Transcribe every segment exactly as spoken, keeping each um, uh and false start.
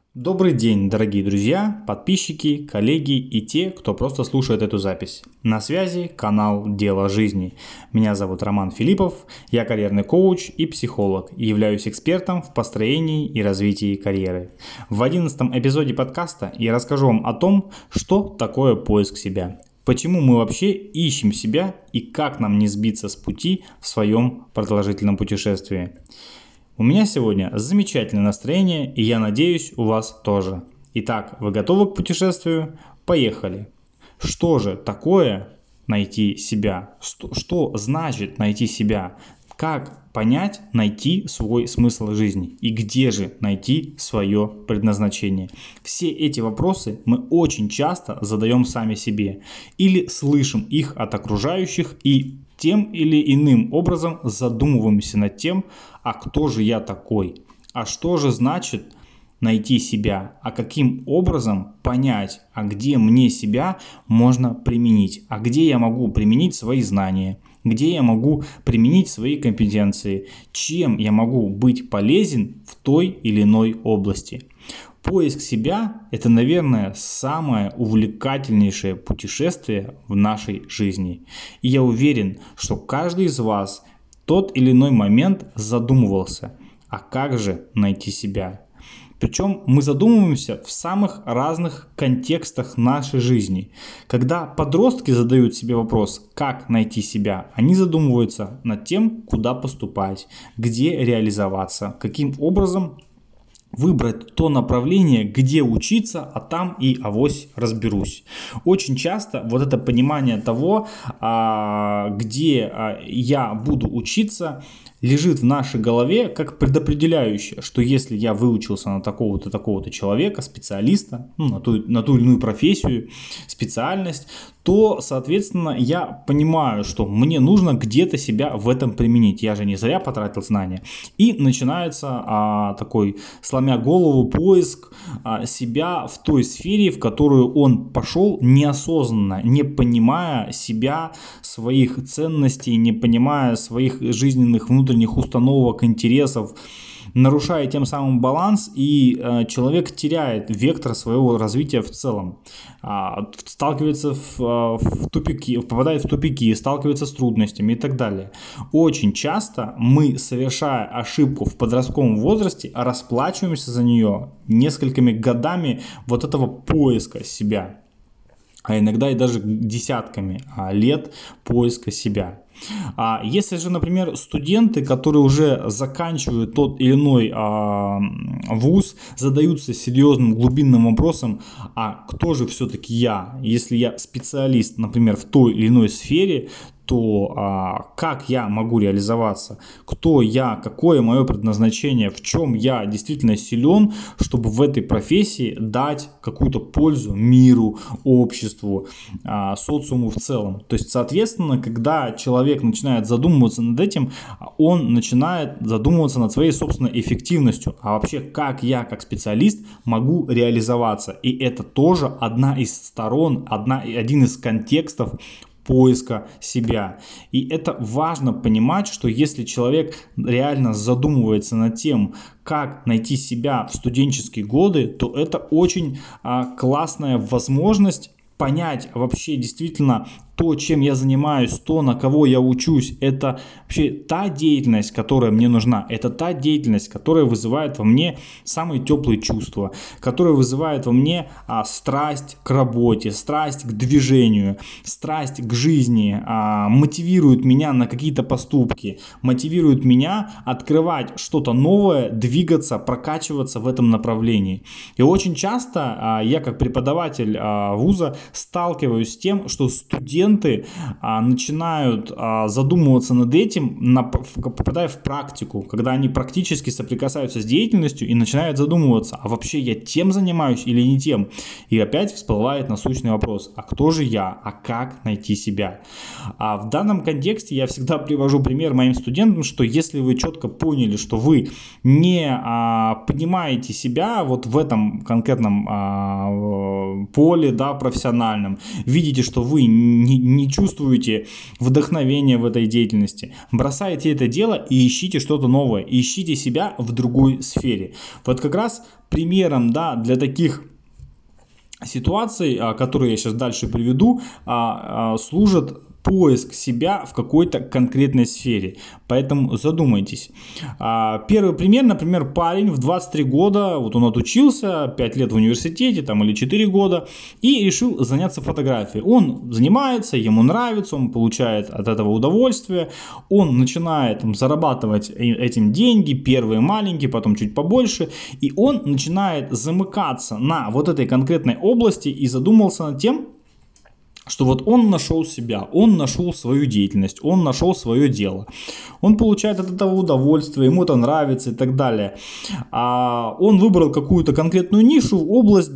Добрый день, дорогие друзья, подписчики, коллеги и те, кто просто слушает эту запись. На связи канал «Дело жизни». Меня зовут Роман Филиппов, я карьерный коуч и психолог и являюсь экспертом в построении и развитии карьеры. В одиннадцатом эпизоде подкаста я расскажу вам о том, что такое поиск себя. Почему мы вообще ищем себя и как нам не сбиться с пути в своем продолжительном путешествии. У меня сегодня замечательное настроение, и я надеюсь, у вас тоже. Итак, вы готовы к путешествию? Поехали! Что же такое найти себя? Что, что значит найти себя? Как понять, найти свой смысл жизни? И где же найти свое предназначение? Все эти вопросы мы очень часто задаем сами себе или слышим их от окружающих и тем или иным образом задумываемся над тем, а кто же я такой, а что же значит найти себя, а каким образом понять, а где мне себя можно применить, а где я могу применить свои знания, где я могу применить свои компетенции, чем я могу быть полезен в той или иной области. Поиск себя – это, наверное, самое увлекательнейшее путешествие в нашей жизни. И я уверен, что каждый из вас в тот или иной момент задумывался, а как же найти себя? Причем мы задумываемся в самых разных контекстах нашей жизни. Когда подростки задают себе вопрос, как найти себя, они задумываются над тем, куда поступать, где реализоваться, каким образом выбрать то направление, где учиться, а там и авось разберусь. Очень часто вот это понимание того, где я буду учиться, лежит в нашей голове как предопределяющее, что если я выучился на такого-то, такого-то человека, специалиста, ну, на, ту, на ту или иную профессию, специальность, то, соответственно, я понимаю, что мне нужно где-то себя в этом применить. Я же не зря потратил знания. И начинается а, такой, сломя голову, поиск а, себя в той сфере, в которую он пошел неосознанно, не понимая себя, своих ценностей, не понимая своих жизненных внутренних установок, интересов, нарушая тем самым баланс, и э, человек теряет вектор своего развития в целом, а, сталкивается в, в тупики, попадает в тупики, сталкивается с трудностями и так далее. Очень часто мы, совершая ошибку в подростковом возрасте, расплачиваемся за нее несколькими годами вот этого поиска себя, а иногда и даже десятками лет поиска себя. А если же, например, студенты, которые уже заканчивают тот или иной а, вуз, задаются серьезным глубинным вопросом, а кто же все-таки я, если я специалист, например, в той или иной сфере, то а, как я могу реализоваться, кто я, какое мое предназначение, в чем я действительно силен, чтобы в этой профессии дать какую-то пользу миру, обществу, а, социуму в целом. То есть, соответственно, когда человек начинает задумываться над этим, он начинает задумываться над своей собственной эффективностью, а вообще как я как специалист могу реализоваться. И это тоже одна из сторон, одна, один из контекстов поиска себя. И это важно понимать, что если человек реально задумывается над тем, как найти себя в студенческие годы, то это очень а, классная возможность понять вообще действительно то, чем я занимаюсь, то, на кого я учусь, это вообще та деятельность, которая мне нужна, это та деятельность, которая вызывает во мне самые теплые чувства, которая вызывает во мне а, страсть к работе, страсть к движению, страсть к жизни, а, мотивирует меня на какие-то поступки, мотивирует меня открывать что-то новое, двигаться, прокачиваться в этом направлении. И очень часто а, я как преподаватель а, вуза сталкиваюсь с тем, что студенты а, начинают а, задумываться над этим, на, попадая в практику, когда они практически соприкасаются с деятельностью и начинают задумываться, а вообще я тем занимаюсь или не тем? И опять всплывает насущный вопрос, а кто же я, а как найти себя? А в данном контексте я всегда привожу пример моим студентам, что если вы четко поняли, что вы не а, понимаете себя вот в этом конкретном а, поле, да, профессиональном, видите, что вы не, не чувствуете вдохновения в этой деятельности, бросайте это дело и ищите что-то новое, ищите себя в другой сфере. Вот как раз примером, да, для таких ситуаций, которые я сейчас дальше приведу, служат поиск себя в какой-то конкретной сфере. Поэтому задумайтесь. Первый пример, например, парень в двадцать три года, вот он отучился, пять лет в университете там, или четыре года, и решил заняться фотографией. Он занимается, ему нравится, он получает от этого удовольствие, он начинает там, зарабатывать этим деньги, первые маленькие, потом чуть побольше, и он начинает замыкаться на вот этой конкретной области и задумался над тем, что вот он нашел себя, он нашел свою деятельность, он нашел свое дело. Он получает от этого удовольствие, ему это нравится и так далее. А он выбрал какую-то конкретную нишу, область,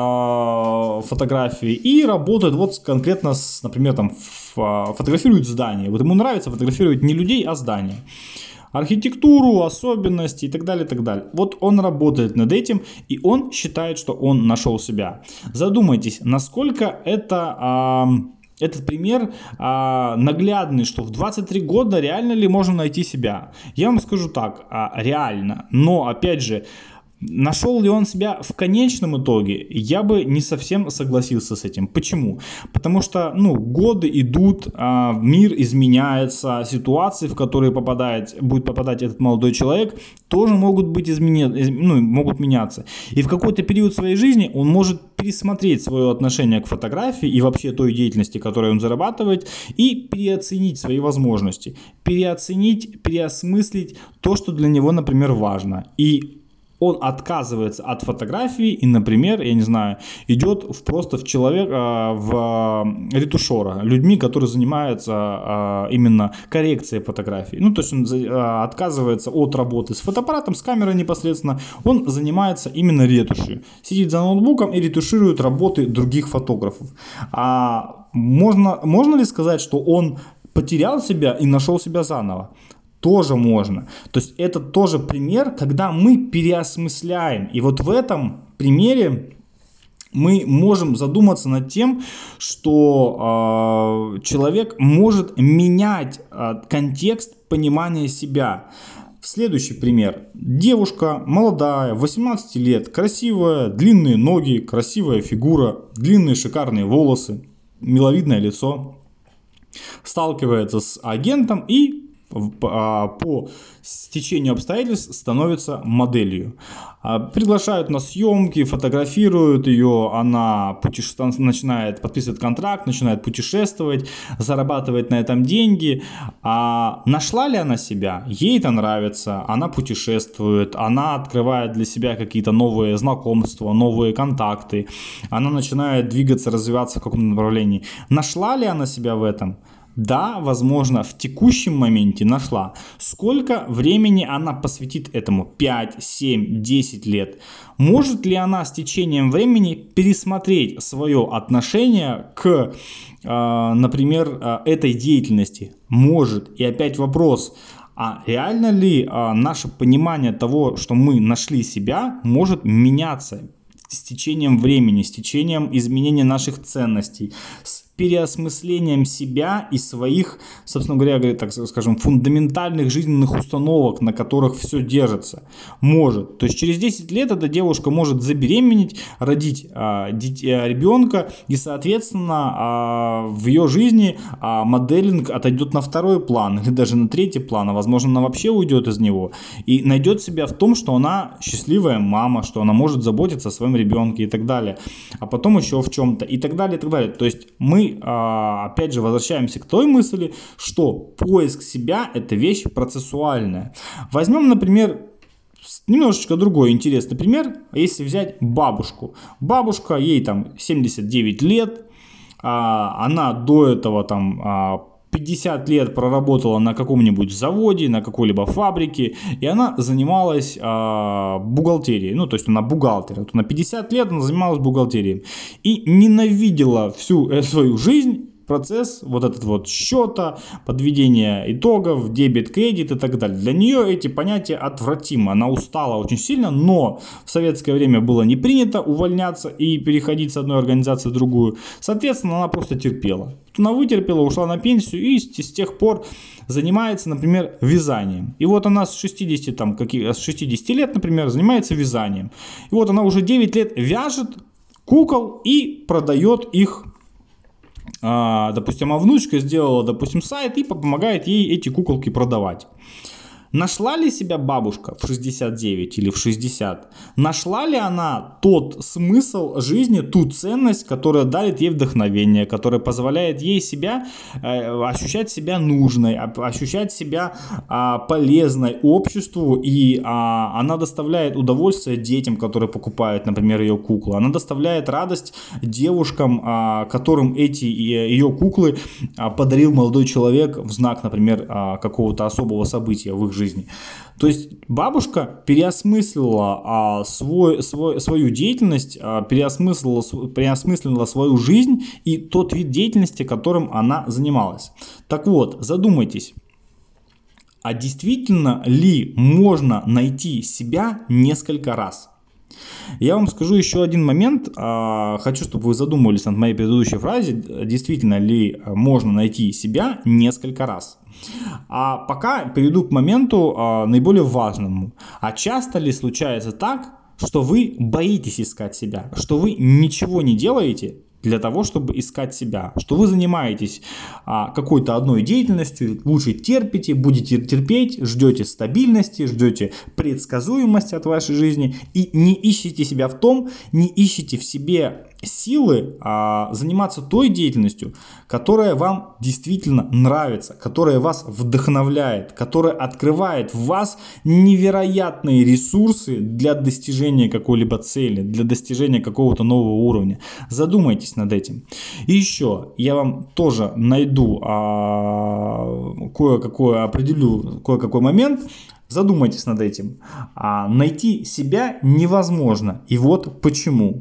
да, фотографии и работает вот конкретно, с, например, там, фотографирует здания. Вот ему нравится фотографировать не людей, а здания. Архитектуру, особенности и так далее, и так далее. Вот он работает над этим, и он считает, что он нашел себя. Задумайтесь, насколько это, а, этот пример а, наглядный, что в двадцать три года реально ли можно найти себя? Я вам скажу так, а, реально, но опять же, нашел ли он себя в конечном итоге, я бы не совсем согласился с этим. Почему? Потому что ну, годы идут, мир изменяется, ситуации, в которые попадает, будет попадать этот молодой человек, тоже могут, быть измене, ну, могут меняться. И в какой-то период своей жизни он может пересмотреть свое отношение к фотографии и вообще той деятельности, которой он зарабатывает, и переоценить свои возможности, переоценить, переосмыслить то, что для него, например, важно. И он отказывается от фотографии и, например, я не знаю, идет в, просто в человека, в ретушера, людьми, которые занимаются именно коррекцией фотографий. Ну, то есть он отказывается от работы с фотоаппаратом, с камерой непосредственно, он занимается именно ретушью. Сидит за ноутбуком и ретуширует работы других фотографов. А можно, можно ли сказать, что он потерял себя и нашел себя заново? Тоже можно. То есть это тоже пример, когда мы переосмысляем. И вот в этом примере мы можем задуматься над тем, что э, человек может менять э, контекст понимания себя. Следующий пример. Девушка молодая, восемнадцать лет, красивая, длинные ноги, красивая фигура, длинные шикарные волосы, миловидное лицо. Сталкивается с агентом и по стечению обстоятельств становится моделью. Приглашают на съемки, фотографируют ее, она путеше... начинает подписывать контракт, начинает путешествовать, зарабатывает на этом деньги. А нашла ли она себя? Ей это нравится, она путешествует, она открывает для себя какие-то новые знакомства, новые контакты, она начинает двигаться, развиваться в каком-то направлении. Нашла ли она себя в этом? Да, возможно, в текущем моменте нашла. Сколько времени она посвятит этому? пять, семь, десять лет. Может ли она с течением времени пересмотреть свое отношение к, например, этой деятельности? Может. И опять вопрос. А реально ли наше понимание того, что мы нашли себя, может меняться с течением времени, с течением изменения наших ценностей, с переосмыслением себя и своих, собственно говоря, так скажем, фундаментальных жизненных установок, на которых все держится. Может. То есть через десять лет эта девушка может забеременеть, родить а, дитя, ребенка, и, соответственно, а, в ее жизни а, моделинг отойдет на второй план, или даже на третий план, а возможно, она вообще уйдет из него, и найдет себя в том, что она счастливая мама, что она может заботиться о своем ребенке и так далее, а потом еще в чем-то, и так далее, и так далее. То есть мы опять же возвращаемся к той мысли, что поиск себя — это вещь процессуальная. Возьмем, например, немножечко другой интересный пример, если взять бабушку. Бабушка, ей там семьдесят девять лет, она до этого там пятьдесят лет проработала на каком-нибудь заводе, на какой-либо фабрике, и она занималась э, бухгалтерией, ну, то есть она бухгалтер. Вот на пятьдесят лет она занималась бухгалтерией и ненавидела всю свою жизнь процесс вот этот вот счета, подведения итогов, дебет, кредит и так далее. Для нее эти понятия отвратимы. Она устала очень сильно, но в советское время было не принято увольняться и переходить с одной организации в другую. Соответственно, она просто терпела. Она вытерпела, ушла на пенсию и с тех пор занимается, например, вязанием. И вот она с шестидесяти, там, каких, с шестидесяти лет, например, занимается вязанием. И вот она уже девять лет вяжет кукол и продает их. А, допустим, а внучка сделала, допустим, сайт и помогает ей эти куколки продавать. Нашла ли себя бабушка в шестьдесят девять или в шестьдесят? Нашла ли она тот смысл жизни, ту ценность, которая дарит ей вдохновение, которая позволяет ей себя, э, ощущать себя нужной, ощущать себя э, полезной обществу, и э, она доставляет удовольствие детям, которые покупают, например, ее куклы. Она доставляет радость девушкам, э, которым эти э, ее куклы э, подарил молодой человек в знак, например, э, какого-то особого события в их жизни. То есть бабушка переосмыслила а, свой, свой, свою деятельность, а, переосмыслила, переосмыслила свою жизнь и тот вид деятельности, которым она занималась. Так вот, задумайтесь, а действительно ли можно найти себя несколько раз? Я вам скажу еще один момент. Хочу, чтобы вы задумывались над моей предыдущей фразе. Действительно ли можно найти себя несколько раз? А пока перейду к моменту наиболее важному. А часто ли случается так, что вы боитесь искать себя, что вы ничего не делаете для того, чтобы искать себя, что вы занимаетесь а, какой-то одной деятельностью, лучше терпите, будете терпеть, ждете стабильности, ждете предсказуемости от вашей жизни и не ищете себя в том, не ищете в себе силы а, заниматься той деятельностью, которая вам действительно нравится, которая вас вдохновляет, которая открывает в вас невероятные ресурсы для достижения какой-либо цели, для достижения какого-то нового уровня. Задумайтесь над этим. И еще я вам тоже найду а, кое-какой, определю кое-какой момент. Задумайтесь над этим. А, найти себя невозможно. И вот почему.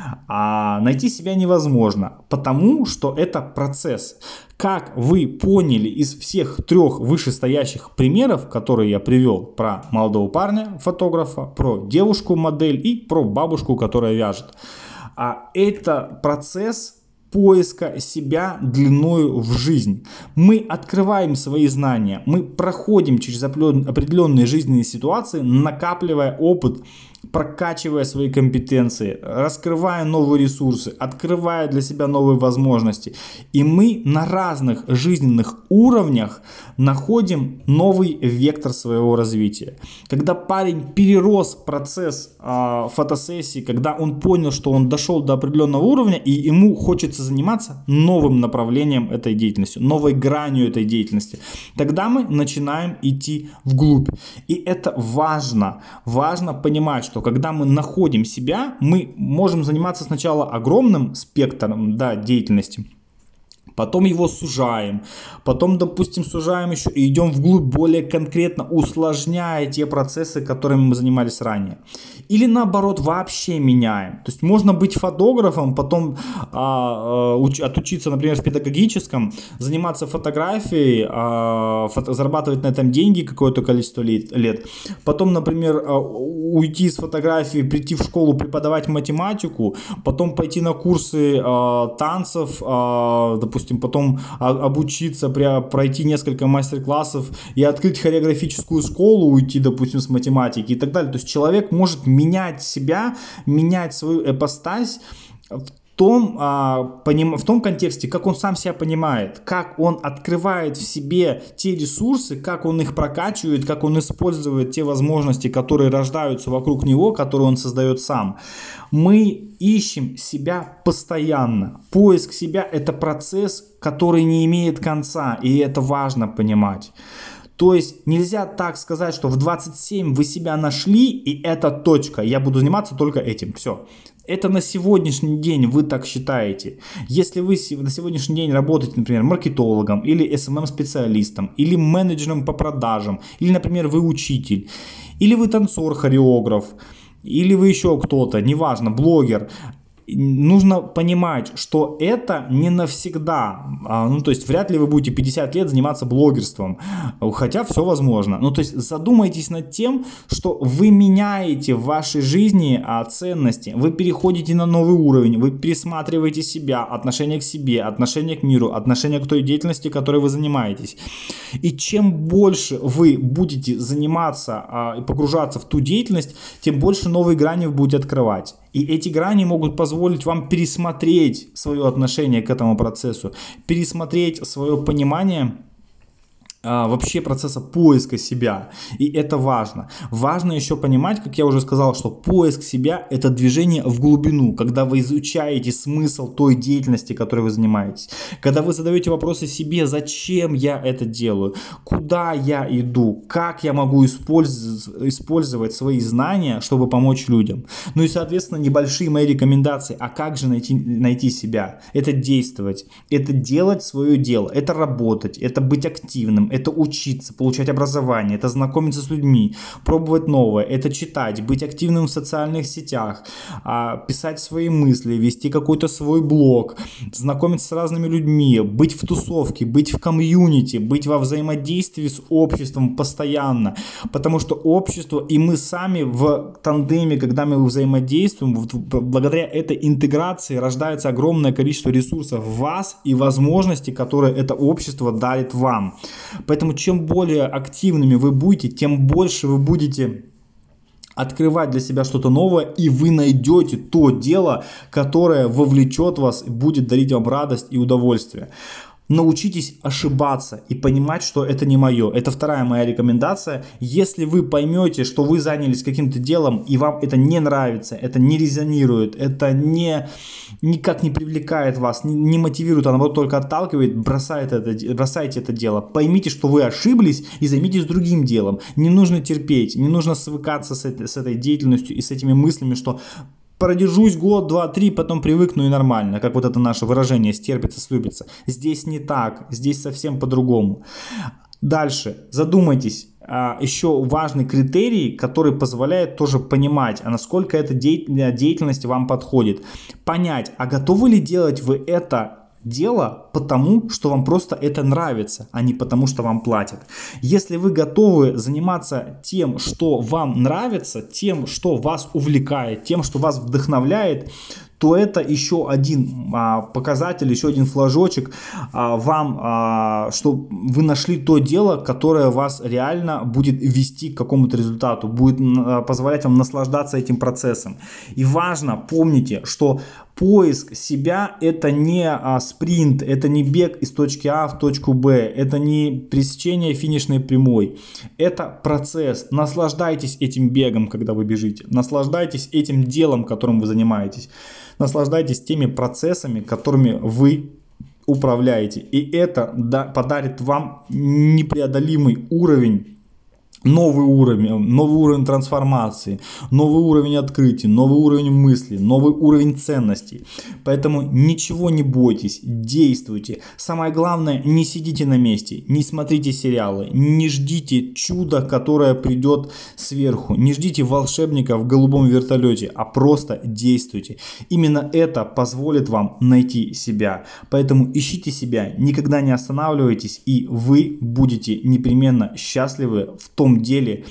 А, найти себя невозможно, потому что это процесс. Как вы поняли из всех трех вышестоящих примеров, которые я привел, про молодого парня, фотографа, про девушку-модель и про бабушку, которая вяжет. А это процесс поиска себя длиною в жизнь. Мы открываем свои знания, мы проходим через определенные жизненные ситуации, накапливая опыт, прокачивая свои компетенции, раскрывая новые ресурсы, открывая для себя новые возможности. И мы на разных жизненных уровнях находим новый вектор своего развития. Когда парень перерос процесс э, фотосессии, когда он понял, что он дошел до определенного уровня, и ему хочется заниматься новым направлением этой деятельности, новой гранью этой деятельности, тогда мы начинаем идти вглубь. И это важно. Важно понимать, что когда мы находим себя, мы можем заниматься сначала огромным спектром, да, деятельности, потом его сужаем, потом, допустим, сужаем еще и идем вглубь, более конкретно усложняя те процессы, которыми мы занимались ранее. Или наоборот, вообще меняем. То есть можно быть фотографом, потом а, уч, отучиться, например, в педагогическом, заниматься фотографией, а, фото, зарабатывать на этом деньги какое-то количество лет. Потом, например, уйти из фотографии, прийти в школу преподавать математику, потом пойти на курсы а, танцев, а, допустим, потом обучиться, пройти несколько мастер-классов и открыть хореографическую школу, уйти, допустим, с математики и так далее. То есть человек может менять себя, менять свою ипостась в том, в том контексте, как он сам себя понимает, как он открывает в себе те ресурсы, как он их прокачивает, как он использует те возможности, которые рождаются вокруг него, которые он создает сам. Мы ищем себя постоянно. Поиск себя – это процесс, который не имеет конца, и это важно понимать. То есть нельзя так сказать, что в двадцать семь вы себя нашли, и это точка, я буду заниматься только этим, все. Это на сегодняшний день вы так считаете. Если вы на сегодняшний день работаете, например, маркетологом или эс эм эм-специалистом, или менеджером по продажам, или, например, вы учитель, или вы танцор, хореограф, или вы еще кто-то, неважно, блогер, нужно понимать, что это не навсегда. Ну, то есть вряд ли вы будете пятьдесят лет заниматься блогерством, хотя все возможно. Ну, то есть задумайтесь над тем, что вы меняете в вашей жизни ценности, вы переходите на новый уровень, вы пересматриваете себя, отношение к себе, отношение к миру, отношение к той деятельности, которой вы занимаетесь. И чем больше вы будете заниматься и погружаться в ту деятельность, тем больше новые грани вы будете открывать. И эти грани могут позволить вам пересмотреть свое отношение к этому процессу, пересмотреть свое понимание вообще процесса поиска себя. И это важно. Важно еще понимать, как я уже сказал, что поиск себя – это движение в глубину, когда вы изучаете смысл той деятельности, которой вы занимаетесь. Когда вы задаете вопросы себе, зачем я это делаю, куда я иду, как я могу использовать, использовать свои знания, чтобы помочь людям. Ну и, соответственно, небольшие мои рекомендации, а как же найти, найти себя? Это действовать, это делать свое дело, это работать, это быть активным, это учиться, получать образование, это знакомиться с людьми, пробовать новое, это читать, быть активным в социальных сетях, писать свои мысли, вести какой-то свой блог, знакомиться с разными людьми, быть в тусовке, быть в комьюнити, быть во взаимодействии с обществом постоянно, потому что общество и мы сами в тандеме, когда мы взаимодействуем, благодаря этой интеграции рождается огромное количество ресурсов в вас и возможностей, которые это общество дарит вам. Поэтому чем более активными вы будете, тем больше вы будете открывать для себя что-то новое, и вы найдете то дело, которое вовлечет вас и будет дарить вам радость и удовольствие. Научитесь ошибаться и понимать, что это не мое. Это вторая моя рекомендация. Если вы поймете, что вы занялись каким-то делом и вам это не нравится, это не резонирует, это не, никак не привлекает вас, не, не мотивирует, а наоборот только отталкивает, бросайте это, бросайте это дело. Поймите, что вы ошиблись и займитесь другим делом. Не нужно терпеть, не нужно свыкаться с этой, с этой деятельностью и с этими мыслями, что продержусь год, два, три, потом привыкну и нормально, как вот это наше выражение «стерпится, слюбится». Здесь не так, здесь совсем по-другому. Дальше, задумайтесь, еще важный критерий, который позволяет тоже понимать, а насколько эта деятельность вам подходит. Понять, а готовы ли делать вы это дело потому, что вам просто это нравится, а не потому, что вам платят. Если вы готовы заниматься тем, что вам нравится, тем, что вас увлекает, тем, что вас вдохновляет, то это еще один а, показатель, еще один флажочек а, вам, а, что вы нашли то дело, которое вас реально будет вести к какому-то результату, будет а, позволять вам наслаждаться этим процессом. И важно, помните, что поиск себя — это не а, спринт, это не бег из точки А в точку Б, это не пересечение финишной прямой. Это процесс. Наслаждайтесь этим бегом, когда вы бежите. Наслаждайтесь этим делом, которым вы занимаетесь. Наслаждайтесь теми процессами, которыми вы управляете. И это подарит вам непреодолимый уровень, новый уровень, новый уровень трансформации, новый уровень открытий, новый уровень мысли, новый уровень ценностей. Поэтому ничего не бойтесь, действуйте. Самое главное, не сидите на месте, не смотрите сериалы, не ждите чуда, которое придет сверху, не ждите волшебника в голубом вертолете, а просто действуйте. Именно это позволит вам найти себя. Поэтому ищите себя, никогда не останавливайтесь, и вы будете непременно счастливы в том деле,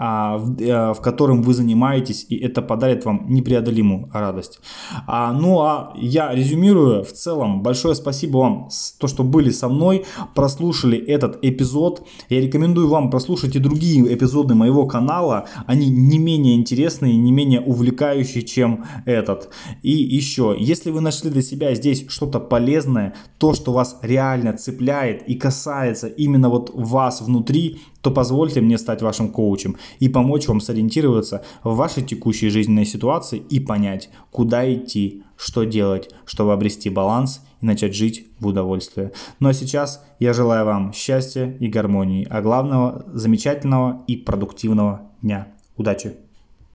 в котором вы занимаетесь, и это подарит вам непреодолимую радость. Ну а я резюмирую. В целом, большое спасибо вам за то, что были со мной, прослушали этот эпизод. Я рекомендую вам прослушать и другие эпизоды моего канала. Они не менее интересные, не менее увлекающие, чем этот. И еще, если вы нашли для себя здесь что-то полезное, то, что вас реально цепляет и касается именно вот вас внутри, то позвольте мне стать вашим коучем и помочь вам сориентироваться в вашей текущей жизненной ситуации и понять, куда идти, что делать, чтобы обрести баланс и начать жить в удовольствие. Ну а сейчас я желаю вам счастья и гармонии, а главного замечательного и продуктивного дня. Удачи!